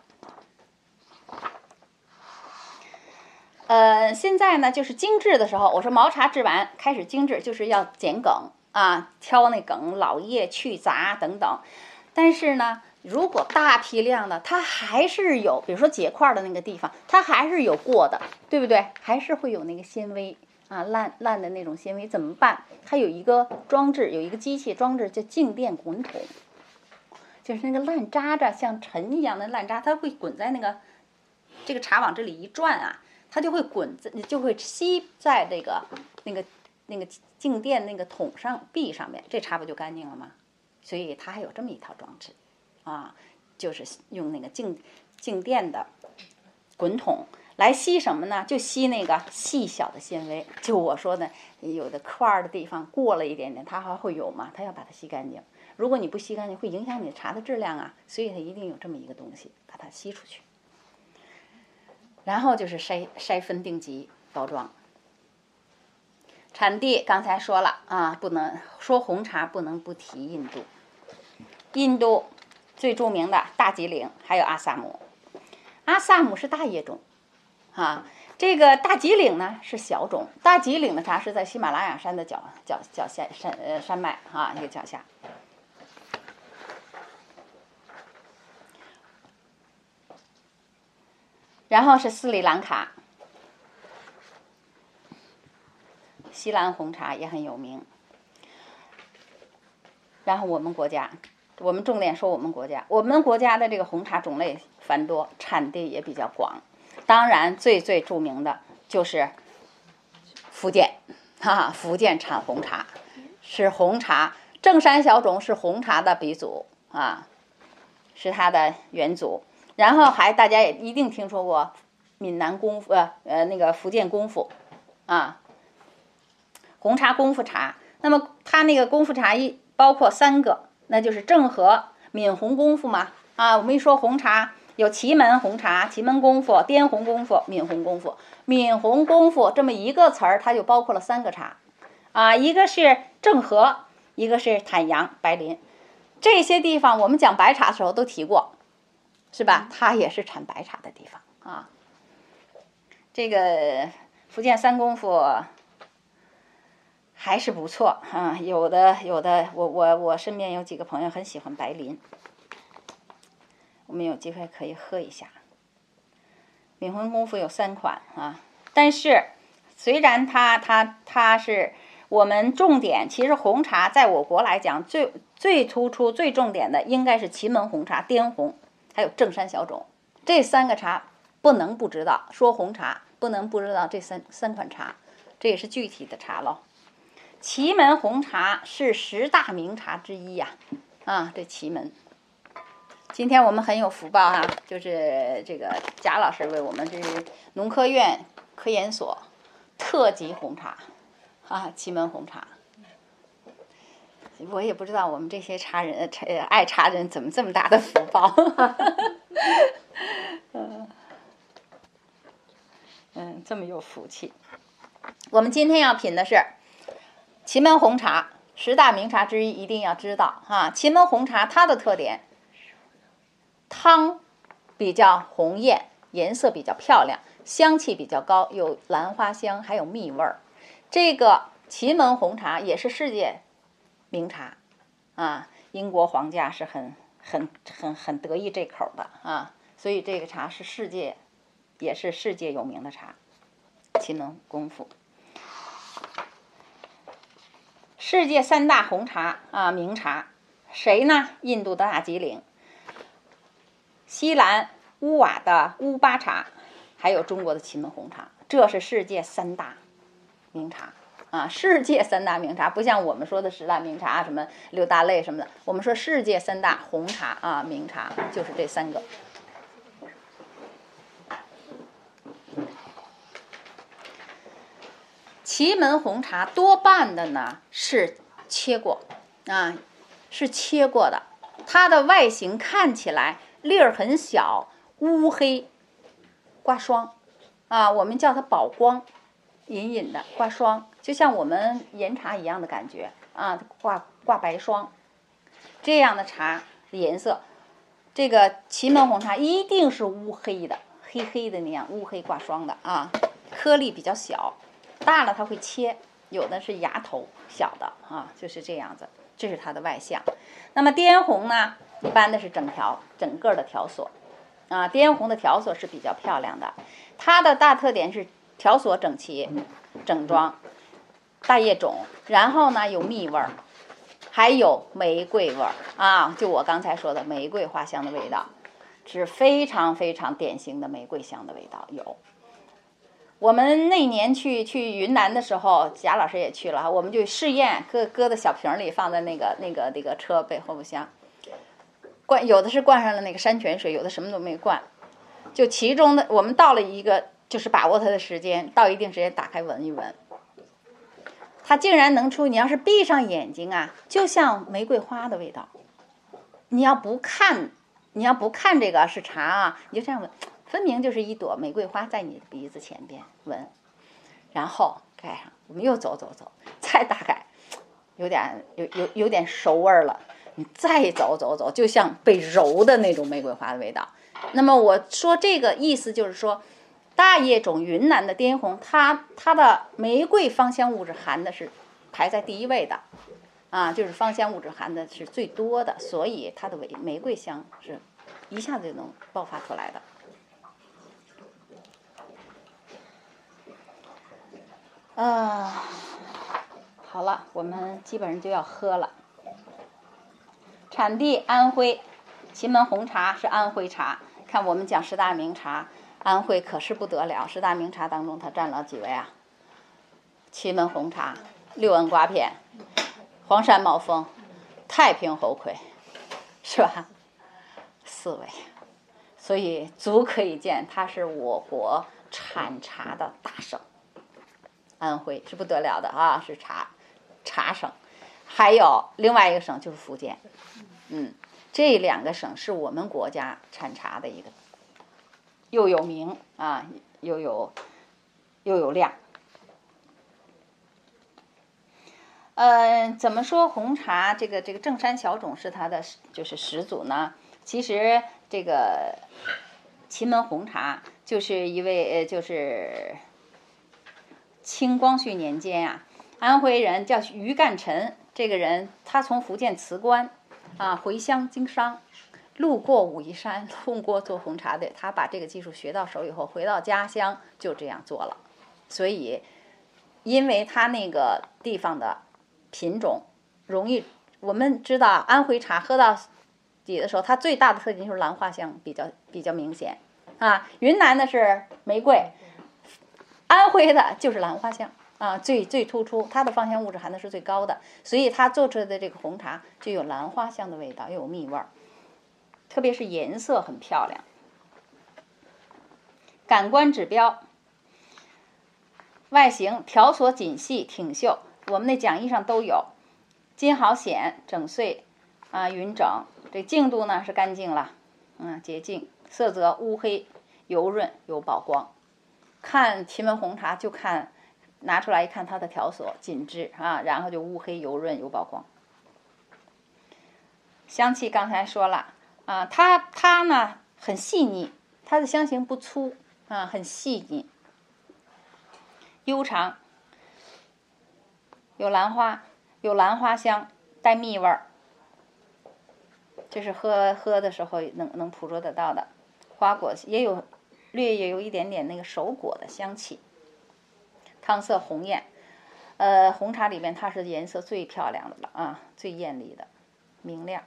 呃，现在呢，就是精制的时候，我说毛茶制完开始精制，就是要剪梗啊，挑那梗、老叶、去杂等等。但是呢，如果大批量的，它还是有，比如说结块的那个地方，它还是有过的，对不对？还是会有那个纤维啊，烂烂的那种纤维，怎么办？它有一个装置，有一个机器装置叫静电滚筒，就是那个烂渣渣像尘一样的烂渣，它会滚在那个这个茶往这里一转啊。它就会滚，就会吸在这个那个那个静电那个桶上壁上面，这茶不就干净了吗？所以它还有这么一套装置，啊，就是用那个静静电的滚筒来吸什么呢？就吸那个细小的纤维。就我说的，有的块的地方过了一点点，它还会有嘛？它要把它吸干净。如果你不吸干净，会影响你的茶的质量啊。所以它一定有这么一个东西，把它吸出去。然后就是筛筛分定级包装。产地刚才说了啊，不能说红茶不能不提印度。印度最著名的大吉岭，还有阿萨姆。阿萨姆是大叶种，啊，这个大吉岭呢是小种。大吉岭的茶是在喜马拉雅山的脚脚脚下山呃山脉啊一个脚下。然后是斯里兰卡，锡兰红茶也很有名。然后我们国家，我们重点说我们国家，我们国家的这个红茶种类繁多，产地也比较广。当然，最最著名的就是福建，哈哈，福建产红茶，是红茶。正山小种是红茶的鼻祖啊，是它的元祖。然后还大家也一定听说过闽南功夫呃呃那个福建功夫啊，红茶功夫茶。那么它那个功夫茶一包括三个，那就是正和、闽红功夫嘛啊。我们一说红茶，有祁门红茶、祁门功夫、滇红功夫、闽红功夫。闽红功夫这么一个词儿，它就包括了三个茶啊，一个是正和，一个是坦阳、白林。这些地方我们讲白茶的时候都提过，是吧？它也是产白茶的地方啊。这个福建三功夫还是不错啊，有的有的，我我我身边有几个朋友很喜欢白林，我们有机会可以喝一下。闽红功夫有三款啊，但是虽然它它它是我们重点，其实红茶在我国来讲最最突出、最重点的应该是祁门红茶、滇红，还有正山小种，这三个茶不能不知道。说红茶不能不知道这三三款茶，这也是具体的茶喽。祁门红茶是十大名茶之一呀、啊，啊，这祁门。今天我们很有福报啊，就是这个贾老师为我们这是农科院科研所特级红茶啊，祁门红茶。 我也不知道我们这些茶人茶爱茶人怎么这么大的福报。嗯嗯，这么有福气。我们今天要品的是祁门红茶，十大名茶之一，一定要知道哈。祁门红茶它的特点，汤比较红艳，颜色比较漂亮，香气比较高，有兰花香，还有蜜味儿。这个祁门红茶也是世界名茶啊，英国皇家是很很很很得意这口的啊，所以这个茶是世界也是世界有名的茶。祁门功夫，世界三大红茶啊，名茶谁呢？印度的大吉岭、西兰乌瓦的乌巴茶，还有中国的祁门红茶，这是世界三大名茶啊！世界三大名茶，不像我们说的十大名茶，什么六大类什么的，我们说世界三大红茶啊，名茶就是这三个。祁门红茶多半的呢是切过啊，是切过的，它的外形看起来粒儿很小，乌黑挂霜啊，我们叫它宝光，隐隐的挂霜，就像我们岩茶一样的感觉啊，挂挂白霜。这样的茶颜色，这个祁门红茶一定是乌黑的，黑黑的那样乌黑挂霜的啊，颗粒比较小，大了它会切，有的是芽头小的啊，就是这样子，这是它的外象。那么滇红呢，一般的是整条整个的条索啊，滇红的条索是比较漂亮的，它的大特点是条索整齐、整装、大叶种，然后呢有蜜味儿，还有玫瑰味儿啊，就我刚才说的玫瑰花香的味道，是非常非常典型的玫瑰香的味道有。我们那年去去云南的时候，贾老师也去了，我们就试验搁搁在小瓶里，放在那个那个那个车背后备箱，灌有的是灌上了那个山泉水，有的什么都没灌，就其中的我们到了一个就是把握它的时间，到一定时间打开闻一闻，它竟然能出，你要是闭上眼睛啊，就像玫瑰花的味道。你要不看，你要不看这个是茶啊，你就这样闻。分明就是一朵玫瑰花在你的鼻子前边闻，然后盖上，我们又走走走，再打开，有点有有有点熟味儿了，你再走走走，就像被揉的那种玫瑰花的味道。那么我说这个意思就是说，大叶种云南的滇红，它它的玫瑰芳香物质含的是排在第一位的，啊，就是芳香物质含的是最多的，所以它的玫玫瑰香是一下子就能爆发出来的。呃，好了，我们基本上就要喝了。产地安徽，祁门红茶是安徽茶。看我们讲十大名茶，安徽可是不得了。十大名茶当中，它占了几位啊？祁门红茶、六恩瓜片、黄山毛峰、太平猴魁，是吧？四位，所以足可以见它是我国产茶的大省。安徽是不得了的啊，是茶茶省。还有另外一个省就是福建，嗯，这两个省是我们国家产茶的一个，又有名啊，又有又有量。嗯、呃，怎么说红茶这个这个正山小种是它的就是始祖呢？其实这个祁门红茶就是一位呃就是清光绪年间啊，安徽人叫于干臣，这个人他从福建辞官啊回乡经商，路过武夷山通过做红茶的，他把这个技术学到手以后，回到家乡就这样做了。所以因为他那个地方的品种容易，我们知道安徽茶喝到底的时候，它最大的特点就是兰花香比较比较明显啊，云南的是玫瑰，安徽的就是兰花香啊，最最突出，它的芳香物质含的是最高的，所以它做出来的这个红茶就有兰花香的味道，又有蜜味儿，特别是颜色很漂亮。感官指标，外形条索紧细挺秀，我们那讲义上都有。 筋好显整碎啊匀整，这净度呢是干净了，嗯洁净，色泽乌黑油润有宝光。看祁门红茶就看拿出来一看它的条索紧致啊，然后就乌黑油润有宝光。香气刚才说了啊，它它呢很细腻，它的香型不粗啊，很细腻，悠长，有兰花，有兰花香，带蜜味儿，这是喝喝的时候能能捕捉得到的。花果也有略也有一点点那个熟果的香气。汤色红艳，呃，红茶里面它是颜色最漂亮的了啊，最艳丽的，明亮。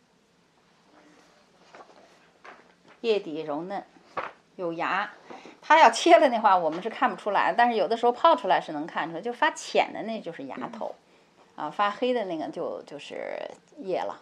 叶底柔嫩，有芽，它要切了的话我们是看不出来，但是有的时候泡出来是能看出来，就发浅的那就是芽头，啊，发黑的那个就就是叶了。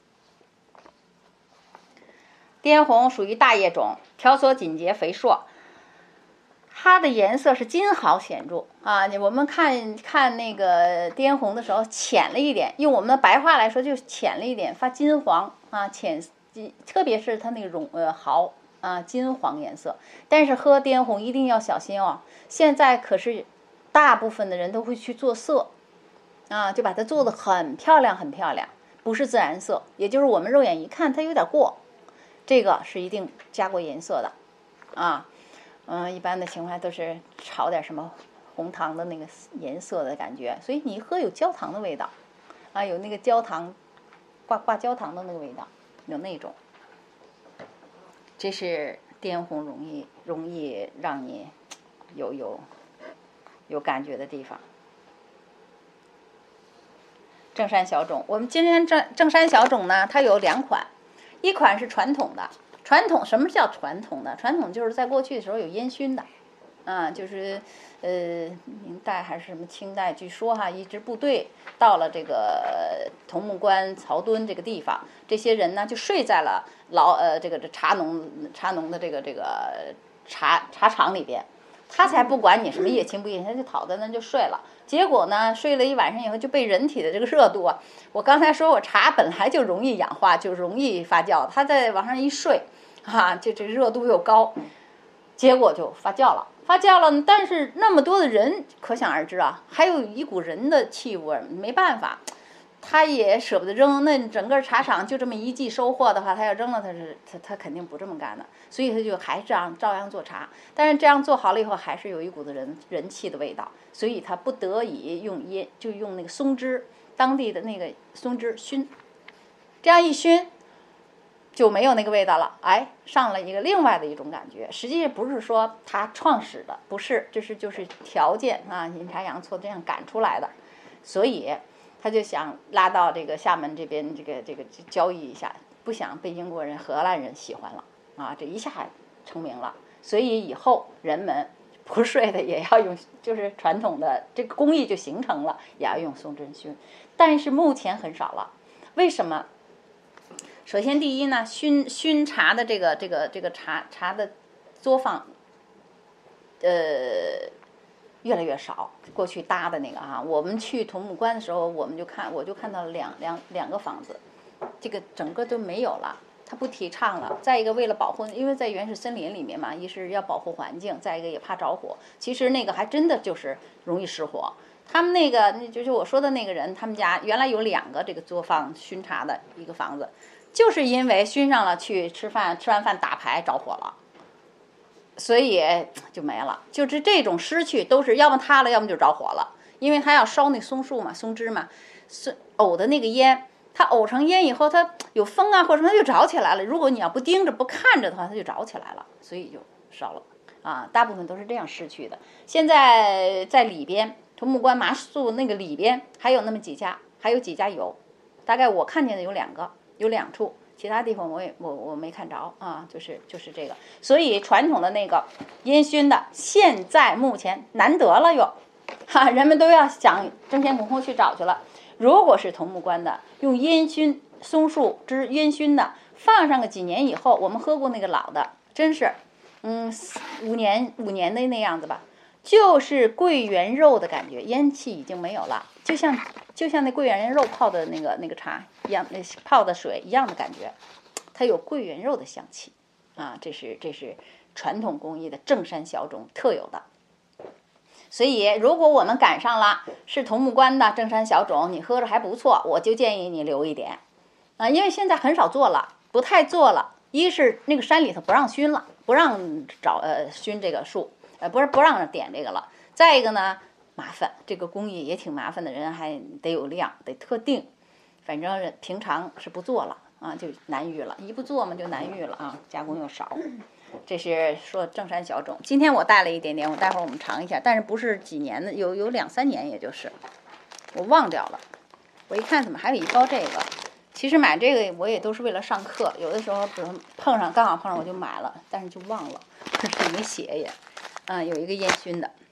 滇红属于大叶种，条索紧结肥硕，它的颜色是金毫显著啊。我们看看那个滇红的时候浅了一点，用我们的白话来说就浅了一点，发金黄啊，浅。特别是它那个绒呃毫啊金黄颜色，但是喝滇红一定要小心哦。现在可是大部分的人都会去做色啊，就把它做得很漂亮很漂亮，不是自然色，也就是我们肉眼一看它有点过，这个是一定加过颜色的啊。嗯，一般的情况下都是炒点什么红糖的那个颜色的感觉，所以你一喝有焦糖的味道啊，有那个焦糖挂挂焦糖的那个味道。有那种，这是滇红容易容易让你有有有感觉的地方。正山小种，我们今天正正山小种呢，它有两款，一款是传统的，传统什么叫传统的？传统就是在过去的时候有烟熏的，啊，就是呃明代还是什么清代，据说哈，一支部队到了这个桐木关曹墩这个地方，这些人呢就睡在了老呃这个这茶农茶农的这个这个茶茶厂里边，他才不管你什么液清不液清，他就躺在那就睡了。结果呢，睡了一晚上以后就被人体的这个热度啊，我刚才说我茶本来就容易氧化，就容易发酵，他在往上一睡，啊，就这热度又高，结果就发酵了。发酵了，但是那么多的人，可想而知啊，还有一股人的气味，没办法，他也舍不得扔。那整个茶厂就这么一季收获的话，他要扔了，他是他他肯定不这么干的，所以他就还这样照样做茶。但是这样做好了以后，还是有一股子人人气的味道，所以他不得已用烟，就用那个松枝，当地的那个松枝熏，这样一熏。就没有那个味道了，哎，上了一个另外的一种感觉。实际上不是说它创始的，不是，这是就是条件啊，阴差阳错这样赶出来的，所以他就想拉到这个厦门这边，这个这个交易一下，不想被英国人、荷兰人喜欢了啊，这一下成名了。所以以后人们不睡的也要用，就是传统的这个工艺就形成了，也要用松针熏，但是目前很少了，为什么？首先，第一呢，熏熏茶的这个这个这个茶茶的作坊，呃，越来越少。过去搭的那个哈、啊，我们去桐木关的时候，我们就看我就看到了两两两个房子，这个整个都没有了，它不提倡了。再一个，为了保护，因为在原始森林里面嘛，一是要保护环境，再一个也怕着火。其实那个还真的就是容易失火。他们那个，那就是我说的那个人，他们家原来有两个这个作坊熏茶的一个房子。就是因为熏上了去吃饭，吃完饭打牌着火了，所以就没了。就是这种失去都是要么塌了，要么就着火了。因为它要烧那松树嘛，松枝嘛，是沤的那个烟，它沤成烟以后，它有风啊或者什么，它就着起来了。如果你要不盯着不看着的话，它就着起来了，所以就烧了啊。大部分都是这样失去的。现在在里边，桐木关麻树那个里边还有那么几家，还有几家有，大概我看见的有两个。有两处，其他地方我也我我没看着啊，就是就是这个，所以传统的那个烟熏的，现在目前难得了又，哈，人们都要想争先恐后去找去了。如果是桐木关的，用烟熏松树枝烟熏的，放上个几年以后，我们喝过那个老的，真是，嗯，五年五年的那样子吧，就是桂圆肉的感觉，烟气已经没有了，就像。 就像那桂圆肉泡的那个那个茶一样，那泡的水一样的感觉，它有桂圆肉的香气啊，这是这是传统工艺的正山小种特有的。所以，如果我们赶上了是桐木关的正山小种，你喝着还不错，我就建议你留一点，啊，因为现在很少做了，不太做了。一是那个山里头不让熏了，不让找呃熏这个树，呃不是不让点这个了。再一个呢，麻烦，这个工艺也挺麻烦的，人还得有量，得特定。反正平常是不做了啊，就难遇了，一不做嘛就难遇了啊，加工又少。这是说正山小种，今天我带了一点点，我待会儿我们尝一下，但是不是几年的，有有两三年，也就是我忘掉了。我一看怎么还有一包这个，其实买这个我也都是为了上课，有的时候比如碰上刚好碰上我就买了，但是就忘了，是没写也。嗯，有一个烟熏的。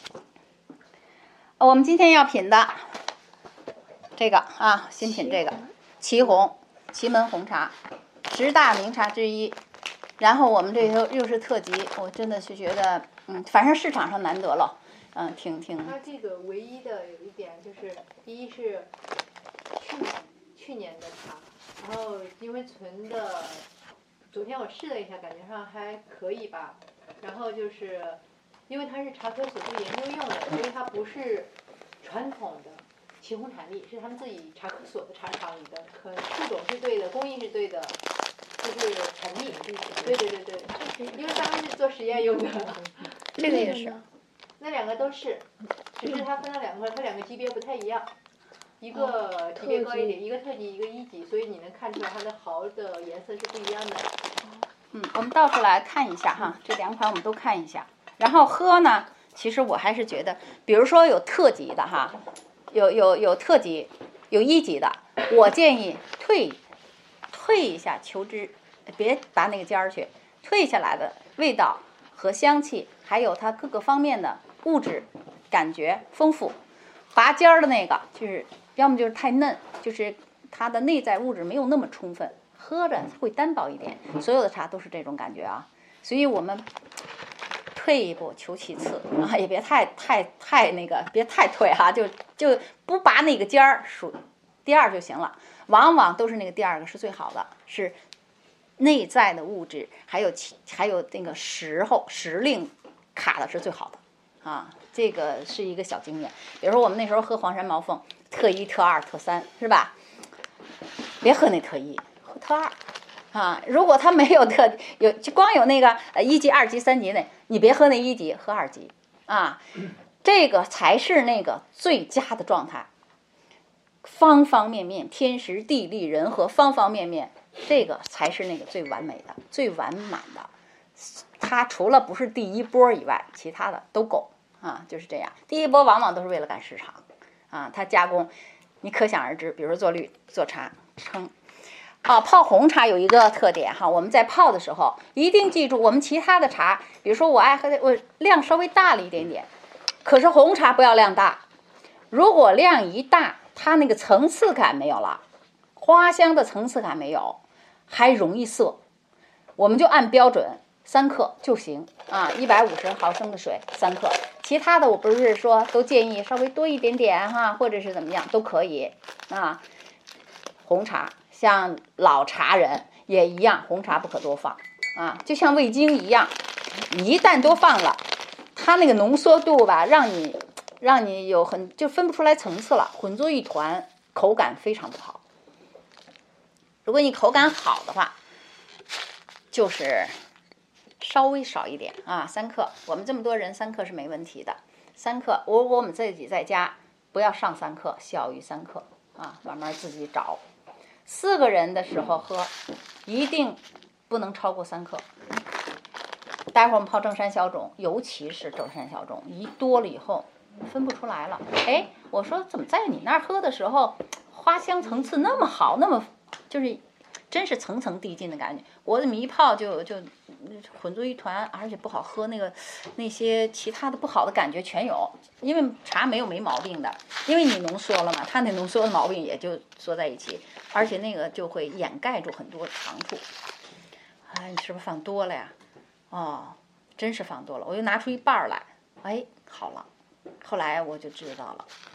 我们今天要品的这个啊，新品这个祁红祁门红茶，十大名茶之一。然后我们这又又是特级，我真的是觉得，嗯，反正市场上难得了，嗯，挺挺。 它这个唯一的有一点就是，第一是去年去年的茶，然后因为存的，昨天我试了一下，感觉上还可以吧。然后就是，因为它是茶科所做研究用的，所以它不是传统的祁红产地，是他们自己茶科所的茶厂里的，可树种是对的，工艺是对的。就是产地，对对对对，因为他们是做实验用的。 这个也是。 那两个都是，只是它分了两块，它两个级别不太一样，一个级别高一点，一个特级，一个一级，所以你能看出来它的毫的颜色是不一样的。 嗯，我们倒出来看一下哈，这两款我们都看一下，然后喝呢，其实我还是觉得，比如说有特级的哈，有有有特级，有一级的，我建议退。退一下求知，别拔那个尖儿去，退下来的味道和香气，还有它各个方面的物质感觉丰富。拔尖儿的那个就是要么就是太嫩，就是它的内在物质没有那么充分，喝着会单薄一点。所有的茶都是这种感觉啊，所以我们退一步求其次啊，也别太太太那个，别太退哈、啊，就就不拔那个尖儿，属第二就行了。往往都是那个第二个是最好的，是内在的物质，还有其还有那个时候时令卡的是最好的啊。这个是一个小经验。比如说我们那时候喝黄山毛凤，特一、特二、特三，是吧？别喝那特一，喝特二啊。如果它没有特有，就光有那个呃一级、二级、三级的，你别喝那一级，喝二级啊。这个才是那个最佳的状态。方方面面，天时地利人和，方方面面，这个才是那个最完美的、最完满的。它除了不是第一波以外，其他的都够啊，就是这样。第一波往往都是为了赶市场啊，它加工，你可想而知。比如说做绿、做茶、称啊，泡红茶有一个特点哈，我们在泡的时候一定记住，我们其他的茶，比如说我爱喝的，我量稍微大了一点点，可是红茶不要量大，如果量一大。它那个层次感没有了，花香的层次感没有，还容易涩。我们就按标准三克就行啊，一百五十毫升的水三克。其他的我不是说都建议稍微多一点点哈，或者是怎么样都可以啊。红茶像老茶人也一样，红茶不可多放啊，就像味精一样，你一旦多放了，它那个浓缩度吧，让你。让你有很就分不出来层次了，混作一团，口感非常不好。如果你口感好的话，就是稍微少一点啊，三克。我们这么多人，三克是没问题的。三克，我我们自己在家不要上三克，小于三克啊，慢慢自己找。四个人的时候喝，一定不能超过三克。待会儿我们泡正山小种，尤其是正山小种，一多了以后。分不出来了，哎，我说怎么在你那儿喝的时候，花香层次那么好，那么就是真是层层递进的感觉。我怎么一泡就就混作一团，而且不好喝，那个那些其他的不好的感觉全有。因为茶没有没毛病的，因为你浓缩了嘛，它那浓缩的毛病也就缩在一起，而且那个就会掩盖住很多长处。哎，你是不是放多了呀？哦，真是放多了，我又拿出一半来，哎，好了。后来我就知道了，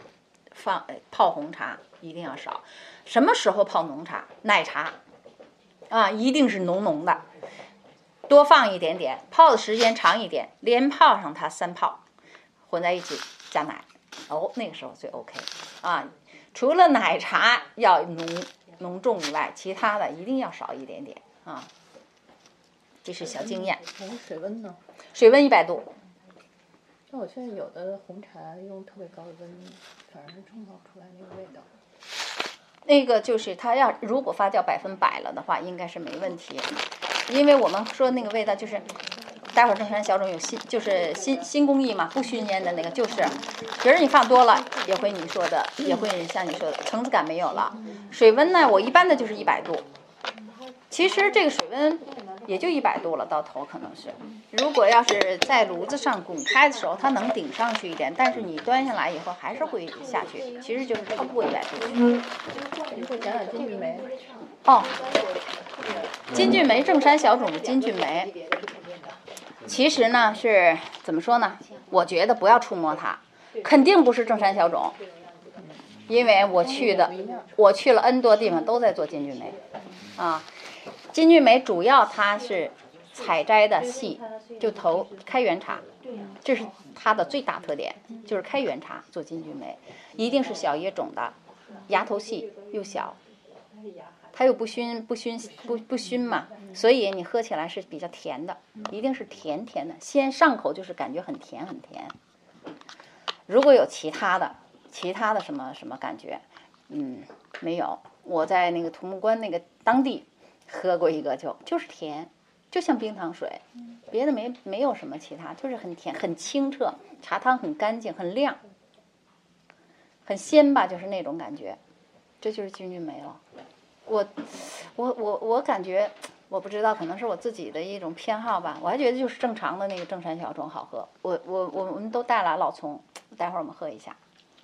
放泡红茶一定要少。什么时候泡浓茶？奶茶啊，一定是浓浓的，多放一点点，泡的时间长一点，连泡上它三泡，混在一起加奶，哦，那个时候最 OK 啊。除了奶茶要浓浓重以外，其他的一定要少一点点啊。这是小经验。 红水温呢？ 水温一百度。 那我现在有的红茶用特别高的温，反而是冲泡出来那个味道。 那个就是它要如果发酵百分百了的话，应该是没问题，因为我们说那个味道就是。待会儿正山小种有新，就是新新工艺嘛，不熏烟的那个，就是其实你放多了也会你说的，也会像你说的层次感没有了。水温呢，我一般的就是一百度，其实这个水温也就一百度了，到头可能是。如果要是在炉子上滚开的时候，它能顶上去一点，但是你端下来以后还是会下去，其实就是超过一百度。 嗯，你会讲讲金骏眉？ 哦，金骏眉，正山小种的金骏眉。其实呢是怎么说呢？我觉得不要触摸它，肯定不是正山小种，因为我去的，我去了 N 多地方都在做金骏眉，啊，金骏眉主要它是采摘的细，就投开元茶，这是它的最大特点，就是开元茶做金骏眉，一定是小叶种的，芽头细又小。它又不熏不熏不不熏嘛，所以你喝起来是比较甜的，一定是甜甜的，先上口就是感觉很甜很甜。如果有其他的其他的什么什么感觉，嗯，没有。我在那个土木关那个当地喝过一个就就是甜，就像冰糖水，别的没没有什么其他，就是很甜很清澈，茶汤很干净很亮，很鲜吧，就是那种感觉，这就是金骏眉了。我，我我我感觉，我不知道，可能是我自己的一种偏好吧。我还觉得就是正常的那个正山小种好喝。我我我我们都带了老丛，待会儿我们喝一下。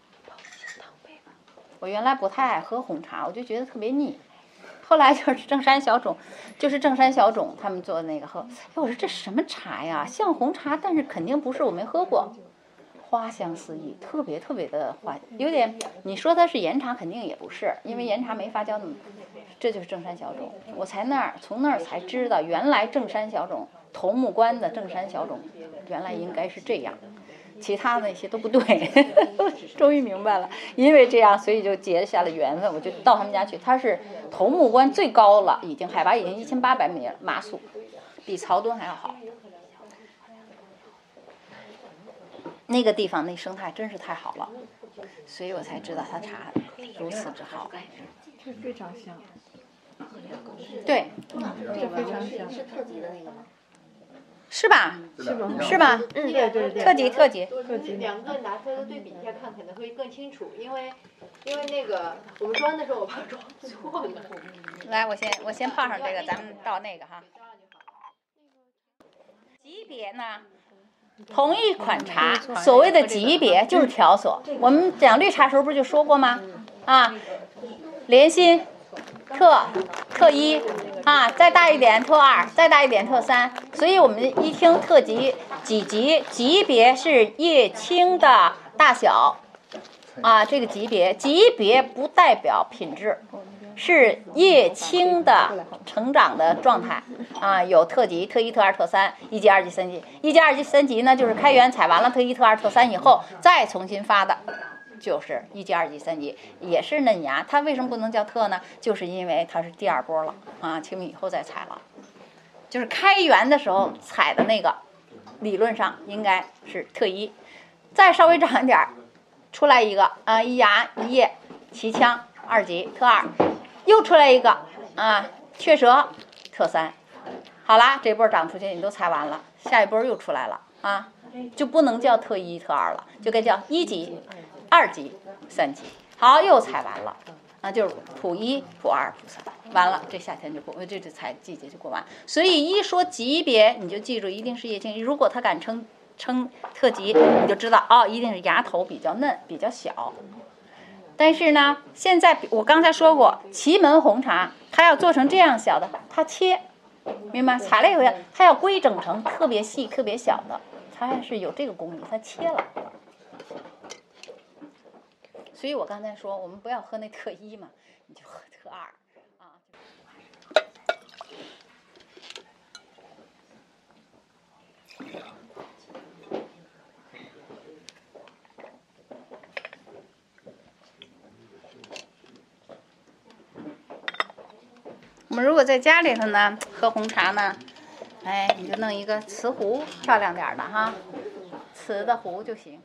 我原来不太爱喝红茶，我就觉得特别腻。后来就是正山小种，就是正山小种他们做的那个喝，哎，我说这什么茶呀？像红茶，但是肯定不是，我没喝过。花香四溢，特别特别的花，有点你说它是岩茶，肯定也不是，因为岩茶没发酵那么，这就是正山小种。我才那儿从那儿才知道，原来正山小种，头目关的正山小种，原来应该是这样，其他那些都不对。终于明白了，因为这样，所以就结下了缘分，我就到他们家去。他是头目关最高了，已经海拔已经一千八百米了，马宿，比曹墩还要好。那个地方那生态真是太好了，所以我才知道它茶如此之好。 这非常香。 对， 这非常香。 是特级的那个吗？ 是吧？ 是吧？ 是吧？ 嗯，对对对。 特级特级。 两个拿出来的对比一下看，可能会更清楚，因为因为那个我们装的时候我怕装错了。 来，我先我先泡上这个，咱们倒那个哈。级别呢？同一款茶，所谓的级别就是条索。我们讲绿茶时候不是就说过吗？啊，连心、特、特一啊，再大一点特二，再大一点特三。所以我们一听特级几级，级别是叶青的大小啊，这个级别级别不代表品质。是叶青的成长的状态啊，有特级、特一、特二、特三，一级、二级、三级。一级、二级、三级呢，就是开源采完了特一、特二、特三以后，再重新发的，就是一级、二级、三级，也是嫩芽。它为什么不能叫特呢？就是因为它是第二波了啊，清明以后再采了，就是开源的时候采的那个，理论上应该是特一，再稍微长一点，出来一个啊，一芽一叶齐腔，二级特二。又出来一个啊，雀舌特三，好啦，这波长出去你都采完了，下一波又出来了啊，就不能叫特一特二了，就该叫一级、二级、三级。好，又采完了，啊，就是普一、普二、普三，完了，这夏天就过，这这采季节就过完。所以一说级别，你就记住一定是叶青。如果他敢称称特级，你就知道哦，一定是芽头比较嫩，比较小。但是呢，现在我刚才说过，祁门红茶它要做成这样小的，它切，明白？采了以后，它要规整成特别细、特别小的，它还是有这个工艺，它切了。 所以我刚才说，我们不要喝那特一嘛，你就喝特二啊。我们如果在家里头呢，喝红茶呢，哎，你就弄一个瓷壶，漂亮点的哈，瓷的壶就行。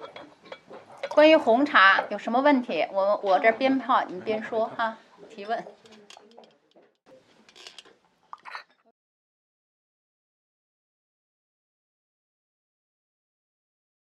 关于红茶有什么问题，我我这边泡，你边说哈，提问。